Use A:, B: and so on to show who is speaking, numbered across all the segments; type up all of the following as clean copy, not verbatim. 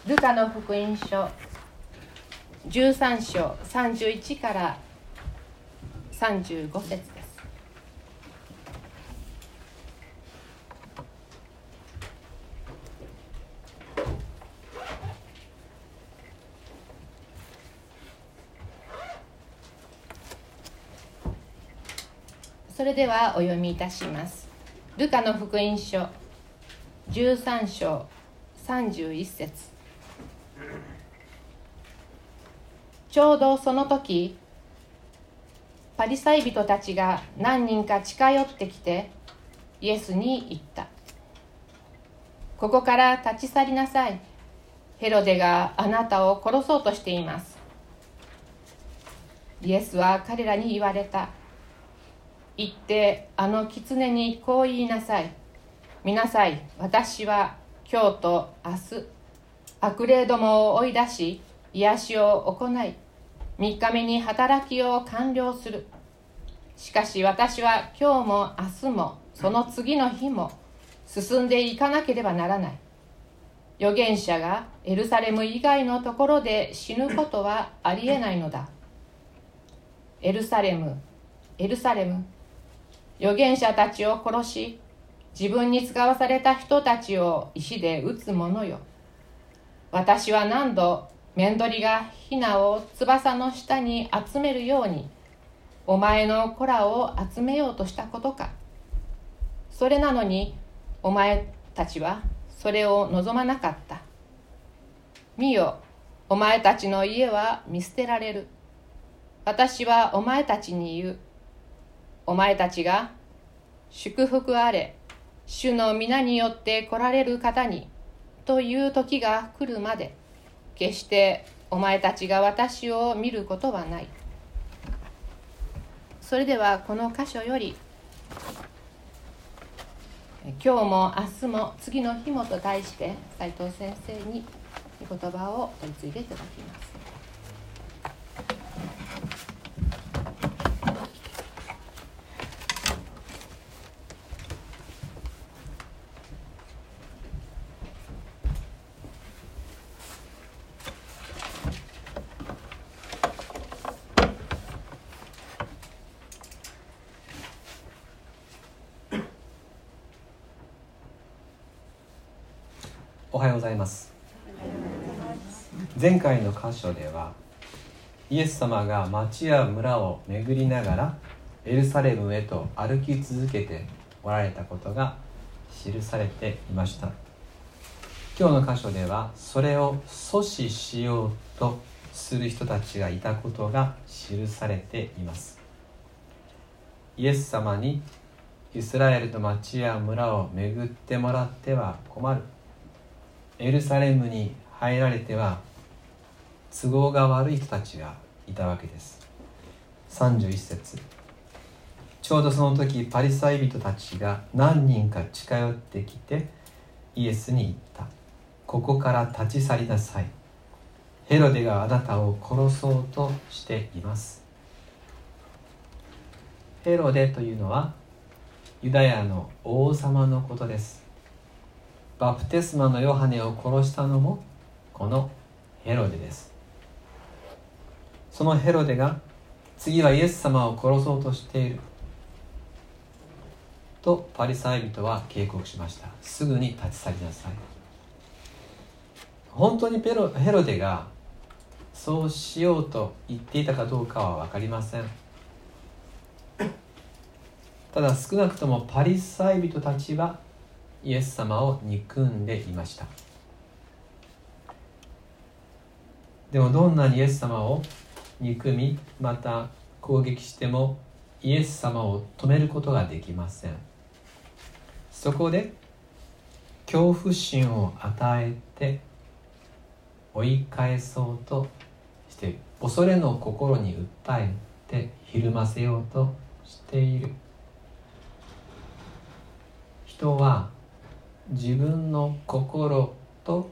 A: ルカの福音書13章31から35節です。それではお読みいたします。ルカの福音書13章31節。ちょうどその時、パリサイ人たちが何人か近寄ってきてイエスに言った。ここから立ち去りなさい。ヘロデがあなたを殺そうとしています。イエスは彼らに言われた。行ってあの狐にこう言いなさい。見なさい、私は今日と明日悪霊どもを追い出し癒しを行い、3日目に働きを完了する。しかし私は今日も明日もその次の日も進んでいかなければならない。預言者がエルサレム以外のところで死ぬことはありえないのだ。エルサレム、エルサレム、預言者たちを殺し、自分に使わされた人たちを石で撃つ者よ。私は何度メンドリがヒナを翼の下に集めるようにお前の子らを集めようとしたことか。それなのにお前たちはそれを望まなかった。見よ、お前たちの家は見捨てられる。私はお前たちに言う。お前たちが祝福あれ、主の皆によって来られる方にという時が来るまで、決してお前たちが私を見ることはない。それではこの箇所より、今日も明日も次の日もと題して斉藤先生に御言葉を取り次いでいただきます。
B: おはようございます。前回の箇所ではイエス様が町や村を巡りながらエルサレムへと歩き続けておられたことが記されていました。今日の箇所ではそれを阻止しようとする人たちがいたことが記されています。イエス様にイスラエルの町や村を巡ってもらっては困る、エルサレムに入られては都合が悪い人たちがいたわけです。31節。ちょうどその時パリサイ人たちが何人か近寄ってきてイエスに言った。ここから立ち去りなさい。ヘロデがあなたを殺そうとしています。ヘロデというのはユダヤの王様のことです。バプテスマのヨハネを殺したのもこのヘロデです。そのヘロデが次はイエス様を殺そうとしているとパリサイ人は警告しました。すぐに立ち去りなさい。本当にヘロデがそうしようと言っていたかどうかは分かりません。ただ少なくともパリサイ人たちはイエス様を憎んでいました。でもどんなにイエス様を憎みまた攻撃してもイエス様を止めることができません。そこで恐怖心を与えて追い返そうとして恐れの心に訴えてひるませようとしている。人は自分の心と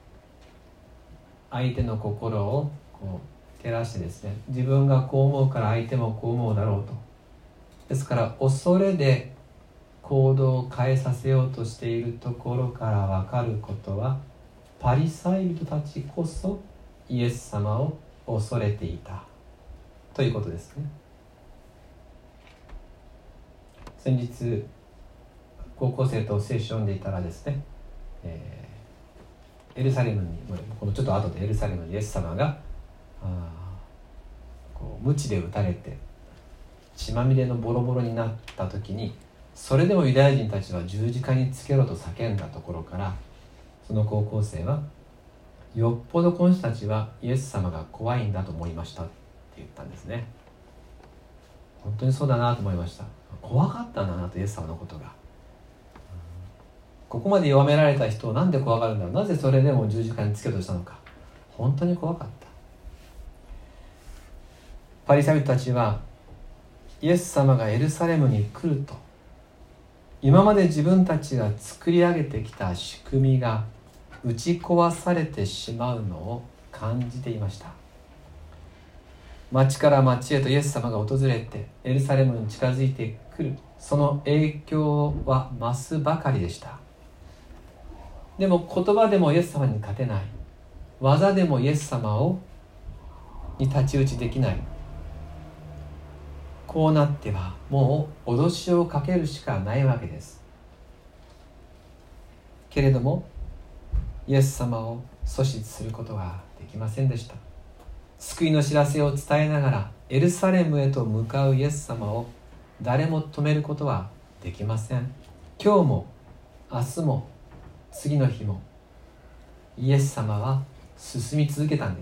B: 相手の心を照らしてですね、自分がこう思うから相手もこう思うだろうと。ですから恐れで行動を変えさせようとしているところから分かることは、 パリサイ人たちこそイエス様を恐れていたということですね。先日高校生と聖書を読んでいたらですね、エルサレムに、このちょっと後でエルサレムにイエス様が鞭で打たれて血まみれのボロボロになった時に、それでもユダヤ人たちは十字架につけろと叫んだところから、その高校生はよっぽどこの人たちはイエス様が怖いんだと思いましたって言ったんですね。本当にそうだなと思いました。怖かったんだなと、イエス様のことが。ここまで弱められた人をなんで怖がるんだろう、なぜそれでも十字架につけようとしたのか、本当に怖かった。パリサイ人たちはイエス様がエルサレムに来ると、今まで自分たちが作り上げてきた仕組みが打ち壊されてしまうのを感じていました。町から町へとイエス様が訪れてエルサレムに近づいてくる、その影響は増すばかりでした。でも言葉でもイエス様に勝てない、技でもイエス様に太刀打ちできない、こうなってはもう脅しをかけるしかないわけです。けれどもイエス様を阻止することはできませんでした。救いの知らせを伝えながらエルサレムへと向かうイエス様を誰も止めることはできません。今日も明日も次の日もイエス様は進み続けたんです。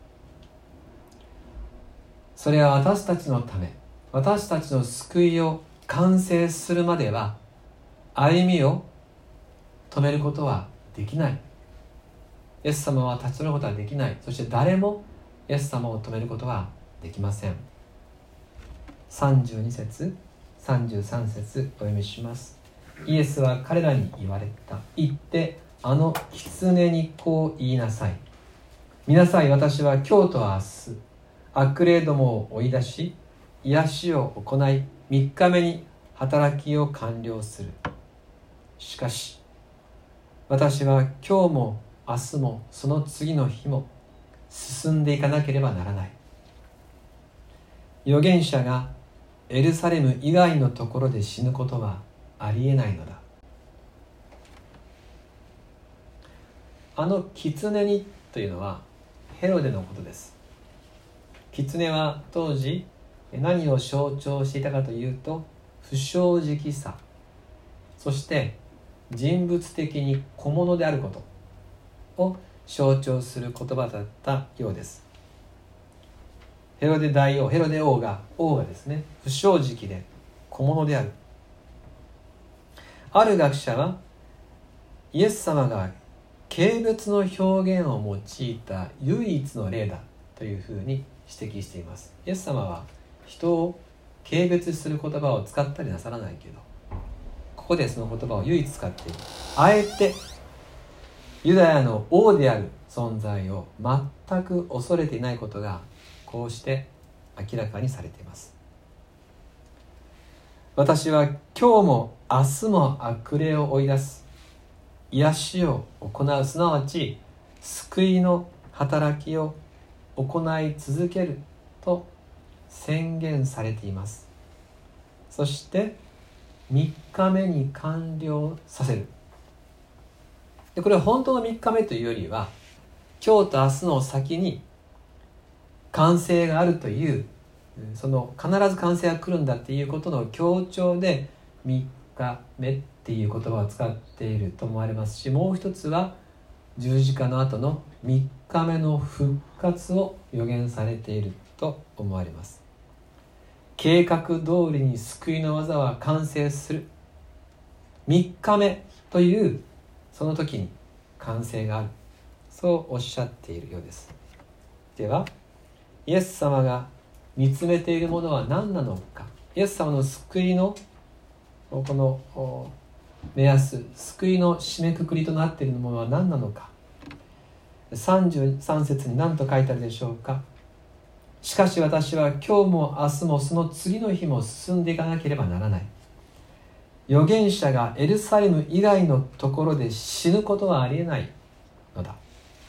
B: それは私たちのため、私たちの救いを完成するまでは歩みを止めることはできない。イエス様は立ち止まることはできない。そして誰もイエス様を止めることはできません。32節33節お読みします。イエスは彼らに言われた。言ってあの狐にこう言いなさい。見なさい、私は今日と明日悪霊どもを追い出し癒しを行い、3日目に働きを完了する。しかし私は今日も明日もその次の日も進んでいかなければならない。預言者がエルサレム以外のところで死ぬことはありえないのだ。あの狐にというのはヘロデのことです。狐は当時何を象徴していたかというと、不正直さ、そして人物的に小物であることを象徴する言葉だったようです。ヘロデ王がですね、不正直で小物である。ある学者はイエス様が軽蔑の表現を用いた唯一の例だというふうに指摘しています。イエス様は人を軽蔑する言葉を使ったりなさらないけど、ここでその言葉を唯一使っている。あえてユダヤの王である存在を全く恐れていないことがこうして明らかにされています。私は今日も明日も悪霊を追い出す、癒しを行う、すなわち救いの働きを行い続けると宣言されています。そして3日目に完了させる。でこれは本当の3日目というよりは、今日と明日の先に完成があるという、その必ず完成が来るんだっていうことの強調で3日目っていう言葉を使っていると思われますし、もう一つは十字架の後の3日目の復活を予言されていると思われます。計画通りに救いの技は完成する。3日目というその時に完成がある。そうおっしゃっているようです。では、イエス様が見つめているものは何なのか。イエス様の救いのこの目安、救いの締めくくりとなっているものは何なのか。33節に何と書いてあるでしょうか。しかし私は今日も明日もその次の日も進んでいかなければならない。預言者がエルサレム以外のところで死ぬことはありえない。 のだ。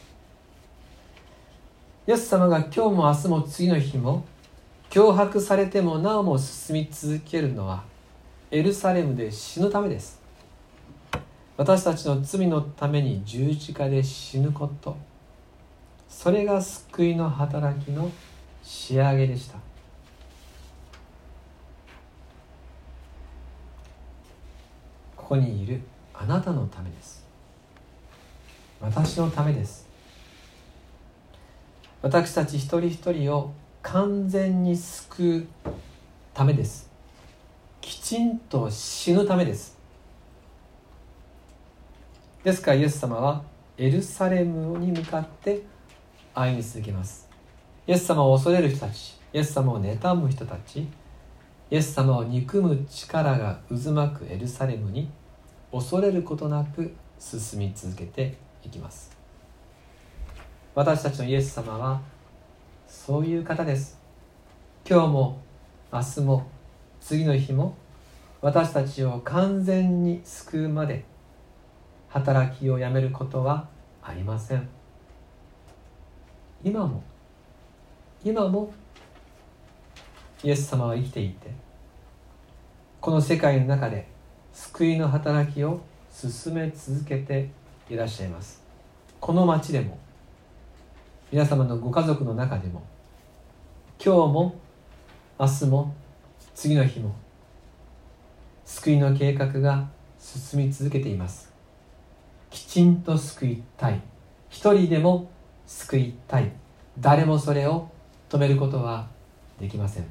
B: イエス様が今日も明日も次の日も脅迫されてもなおも進み続けるのはエルサレムで死ぬためです。私たちの罪のために十字架で死ぬこと、それが救いの働きの仕上げでした。ここにいるあなたのためです。私のためです。私たち一人一人を完全に救うためです。きちんと死ぬためです。ですからイエス様はエルサレムに向かって歩み続けます。イエス様を恐れる人たち、イエス様を妬む人たち、イエス様を憎む力が渦巻くエルサレムに恐れることなく進み続けていきます。私たちのイエス様はそういう方です。今日も明日も次の日も私たちを完全に救うまで働きをやめることはありません。今もイエス様は生きていて、この世界の中で救いの働きを進め続けていらっしゃいます。この町でも皆様のご家族の中でも今日も明日も次の日も救いの計画が進み続けています。きちんと救いたい、一人でも救いたい、誰もそれを止めることはできません。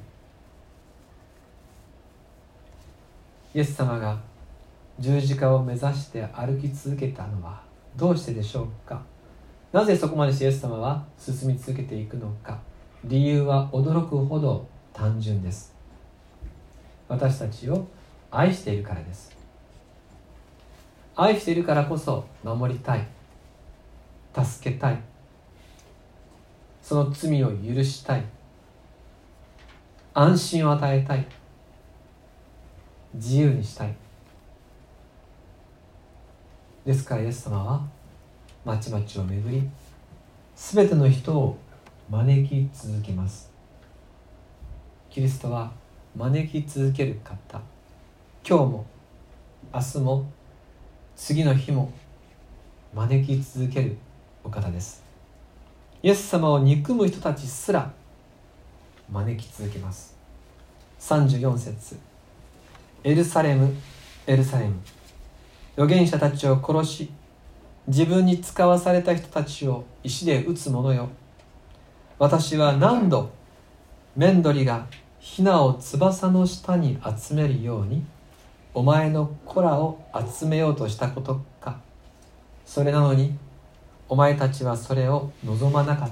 B: イエス様が十字架を目指して歩き続けたのはどうしてでしょうか。なぜそこまでしてイエス様は進み続けていくのか。理由は驚くほど単純です。私たちを愛しているからです。愛しているからこそ守りたい、助けたい、その罪を許したい、安心を与えたい、自由にしたい。ですからイエス様は町々を巡り、すべての人を招き続けます。キリストは招き続ける方。今日も明日も次の日も招き続けるお方です。イエス様を憎む人たちすら招き続けます。34節、エルサレム、エルサレム、預言者たちを殺し、自分に使わされた人たちを石で撃つ者よ。私は何度メンドリがヒナを翼の下に集めるようにお前の子らを集めようとしたことか。それなのにお前たちはそれを望まなかった。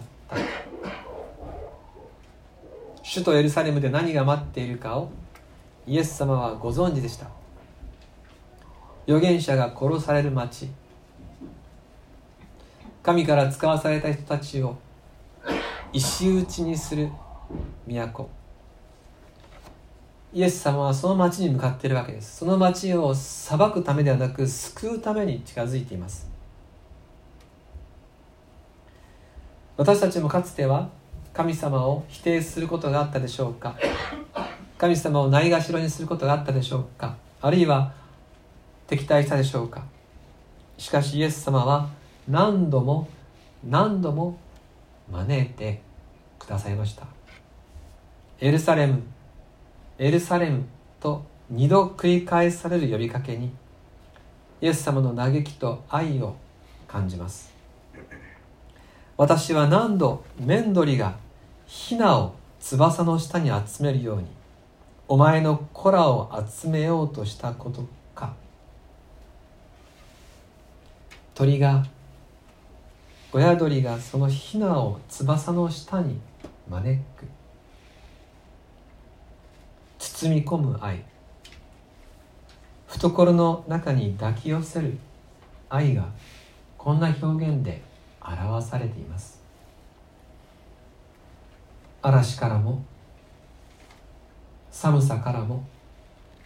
B: 首都エルサレムで何が待っているかをイエス様はご存知でした。預言者が殺される町、神から使わされた人たちを石打ちにする都。イエス様はその町に向かっているわけです。その町を裁くためではなく救うために近づいています。私たちもかつては神様を否定することがあったでしょうか。神様をないがしろにすることがあったでしょうか。あるいは敵対したでしょうか。しかしイエス様は何度も何度も招いてくださいました。エルサレム、エルサレムと2度繰り返される呼びかけにイエス様の嘆きと愛を感じます。私は何度メンドリがヒナを翼の下に集めるようにお前の子らを集めようとしたことか。親鳥がそのヒナを翼の下に招く、包み込む愛、懐の中に抱き寄せる愛がこんな表現で表されています。嵐からも寒さからも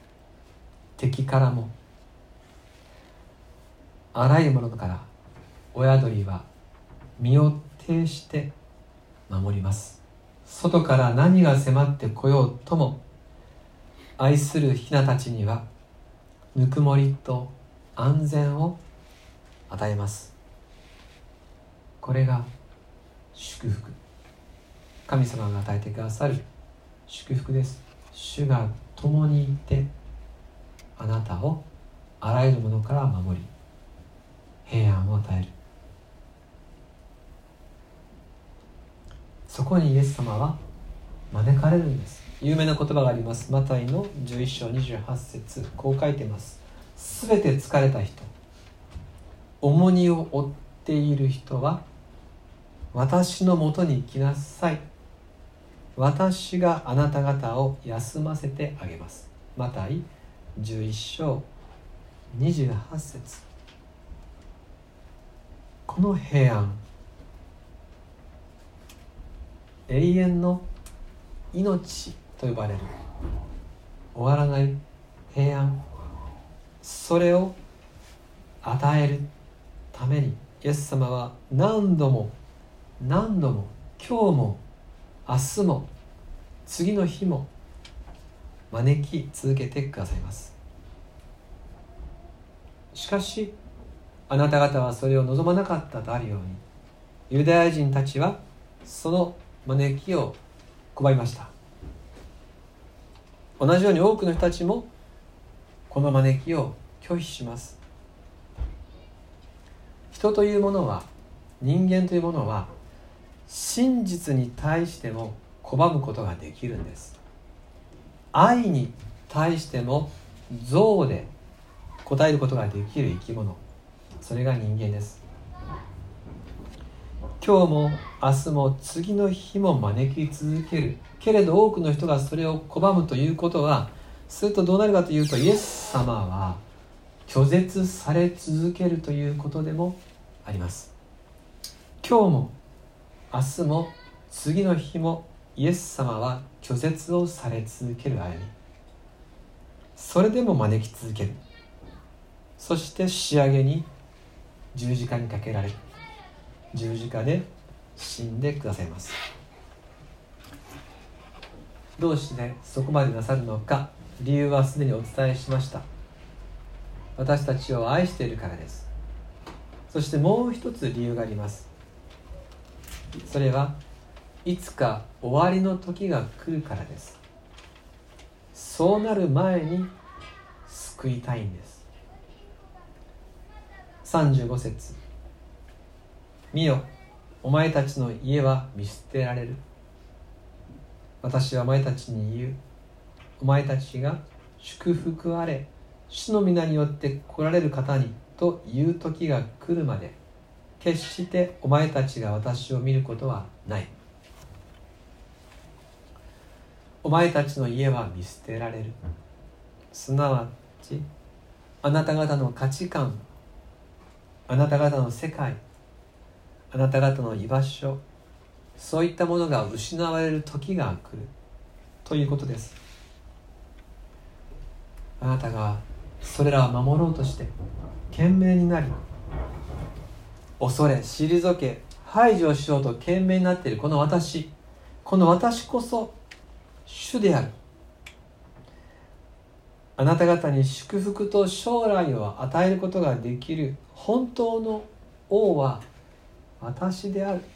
B: 敵からもあらゆるものから親鳥は身を挺して守ります。外から何が迫ってこようとも、愛するヒナたちにはぬくもりと安全を与えます。これが祝福、神様が与えてくださる祝福です。主が共にいてあなたをあらゆるものから守り、平安を与える。そこにイエス様は招かれるんです。有名な言葉があります。マタイの11章28節、こう書いています。すべて疲れた人、重荷を負っている人は私のもとに来なさい。私があなた方を休ませてあげます。マタイ11章28節。この平安、永遠の命と呼ばれる終わらない平安、それを与えるためにイエス様は何度も何度も、今日も明日も次の日も招き続けてくださいます。しかしあなた方はそれを望まなかったとあるように、ユダヤ人たちはその招きを拒みました。同じように多くの人たちもこの招きを拒否します。人というものは、人間というものは真実に対しても拒むことができるんです。愛に対しても憎悪で答えることができる生き物、それが人間です。今日も明日も次の日も招き続けるけれど、多くの人がそれを拒むということは、するとどうなるかというと、イエス様は拒絶され続けるということでもあります。今日も明日も次の日もイエス様は拒絶をされ続ける歩み、それでも招き続ける。そして仕上げに十字架にかけられる。十字架で死んでくださいます。どうしてそこまでなさるのか、理由はすでにお伝えしました。私たちを愛しているからです。そしてもう一つ理由があります。それはいつか終わりの時が来るからです。そうなる前に救いたいんです。35節、見よ、お前たちの家は見捨てられる。私はお前たちに言う。お前たちが祝福あれ、主の皆によって来られる方にという時が来るまで、決してお前たちが私を見ることはない。お前たちの家は見捨てられる。すなわち、あなた方の価値観、あなた方の世界、あなた方の居場所、そういったものが失われる時が来るということです。あなたがそれらを守ろうとして懸命になり、恐れ退け排除しようと懸命になっているこの私こそ主である。あなた方に祝福と将来を与えることができる本当の王は私である。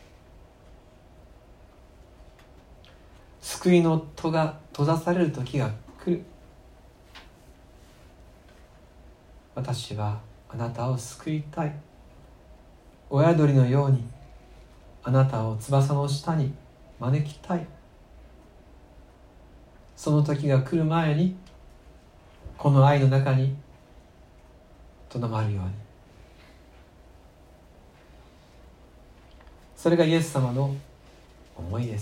B: 救いの戸が閉ざされる時が来る。私はあなたを救いたい。親鳥のようにあなたを翼の下に招きたい。その時が来る前にこの愛の中にとどまるように。それがイエス様の思いです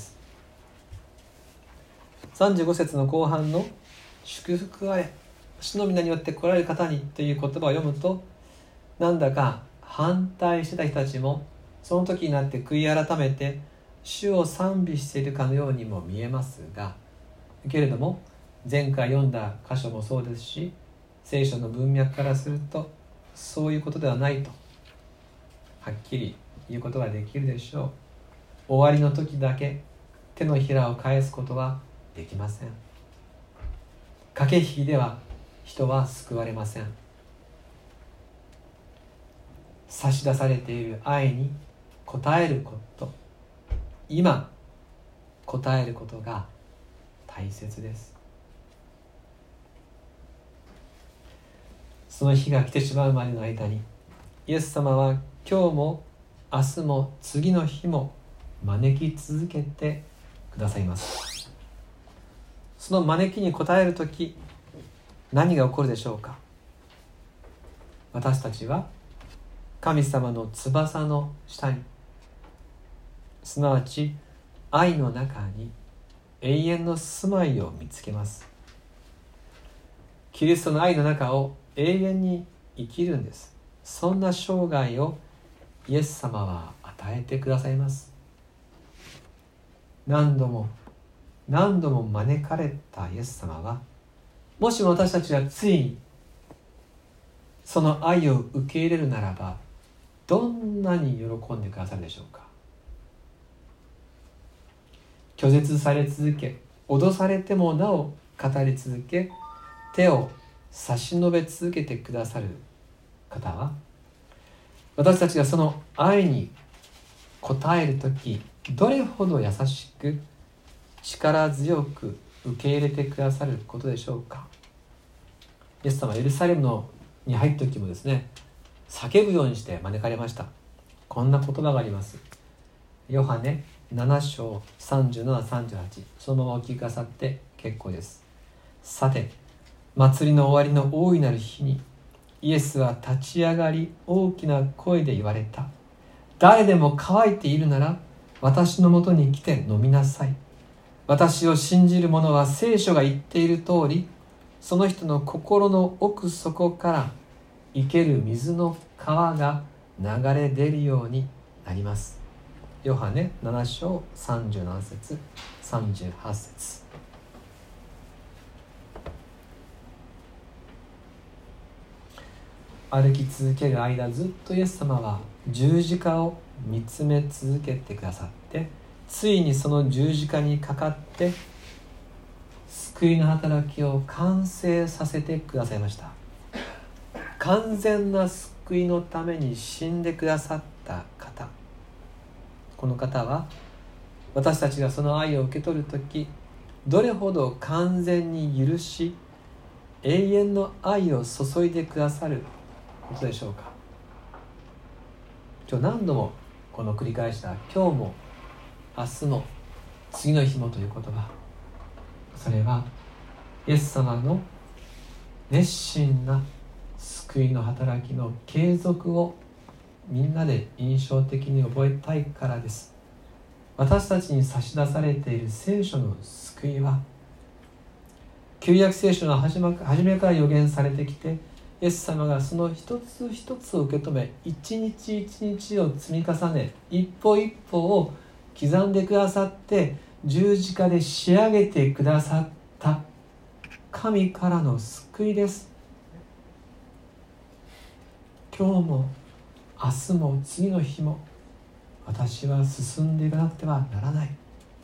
B: 。35節の後半の祝福あれ、主の皆によって来られる方にという言葉を読むと、なんだか反対してた人たちもその時になって悔い改めて主を賛美しているかのようにも見えますが、けれども前回読んだ箇所もそうですし、聖書の文脈からするとそういうことではないとはっきり言うことができるでしょう。終わりの時だけ手のひらを返すことはできません。駆け引きでは人は救われません。差し出されている愛に応えること、今応えることが大切です。その日が来てしまうまでの間に、イエス様は今日も明日も次の日も招き続けてくださいます。その招きに応えるとき、何が起こるでしょうか。私たちは神様の翼の下に、すなわち愛の中に永遠の住まいを見つけます。キリストの愛の中を永遠に生きるんです。そんな生涯をイエス様は与えてくださいます。何度も何度も招かれたイエス様は、もしも私たちがついにその愛を受け入れるならば、どんなに喜んでくださるでしょうか。拒絶され続け、脅されてもなお語り続け、手を差し伸べ続けてくださる方は、私たちがその愛に応えるとき、どれほど優しく力強く受け入れてくださることでしょうか。イエス様はエルサレムに入った時もですね、叫ぶようにして招かれました。こんな言葉があります。ヨハネ7章37、38、そのままお聞きくださって結構です。さて、祭りの終わりの大いなる日に、イエスは立ち上がり大きな声で言われた。誰でも乾いているなら私のもとに来て飲みなさい。私を信じる者は聖書が言っている通り、その人の心の奥底から生ける水の川が流れ出るようになります。ヨハネ7章37節38節。歩き続ける間、ずっとイエス様は十字架を見つめ続けてくださって、ついにその十字架にかかって救いの働きを完成させてくださいました。完全な救いのために死んでくださった方、この方は私たちがその愛を受け取るとき、どれほど完全に許し永遠の愛を注いでくださることでしょうか。今日何度もこの繰り返した今日も明日も次の日もという言葉、それはイエス様の熱心な救いの働きの継続をみんなで印象的に覚えたいからです。私たちに差し出されている聖書の救いは、旧約聖書の初めから予言されてきて、イエス様がその一つ一つを受け止め、一日一日を積み重ね、一歩一歩を刻んでくださって、十字架で仕上げてくださった神からの救いです。今日も明日も次の日も私は進んでいかなくてはならない。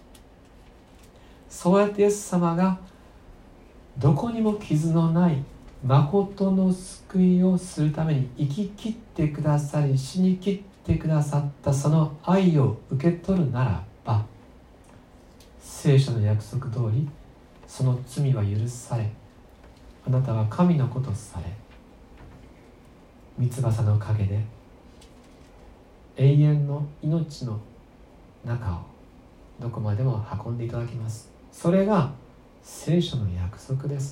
B: そうやってイエス様がどこにも傷のない誠の救いをするために生き切ってくださり、死に切ってくださったその愛を受け取るならば、聖書の約束通りその罪は許され、あなたは神の子とされ、御翼の陰で永遠の命の中をどこまでも運んでいただきます。それが聖書の約束です。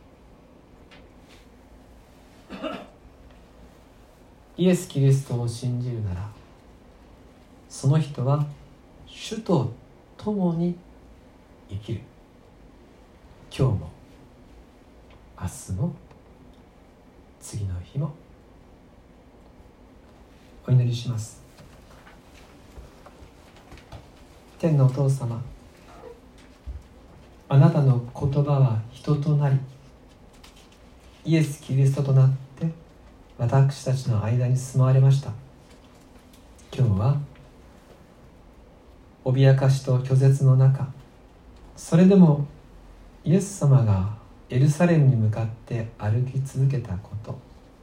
B: イエス・キリストを信じるなら、その人は主と共に生きる。今日も明日も次の日も。お祈りします。天のお父様、あなたの言葉は人となり、イエス・キリストとなって私たちの間に住まわれました。 今日は脅かしと拒絶の中、それでもイエス様がエルサレムに向かって歩き続けたこと、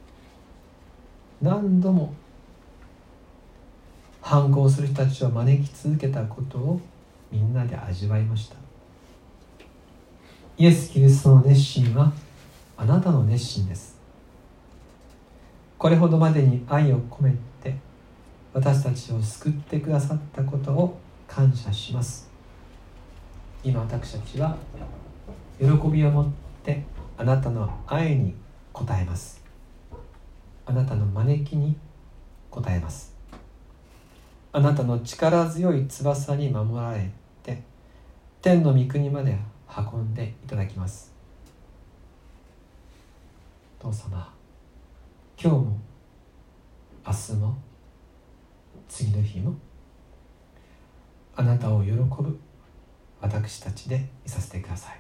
B: 何度も反抗する人たちを招き続けたことをみんなで味わいました。イエス・キリストの熱心はあなたの熱心です。これほどまでに愛を込めて私たちを救ってくださったことを感謝します。今私たちは喜びを持ってあなたの愛に応えます。あなたの招きに応えます。あなたの力強い翼に守られて天の御国まで運んでいただきます。父様、今日も明日も次の日もあなたを喜ぶ私たちでいさせてください。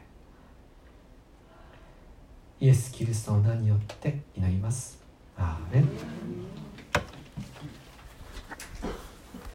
B: イエス・キリストの名によって祈ります。アーメン。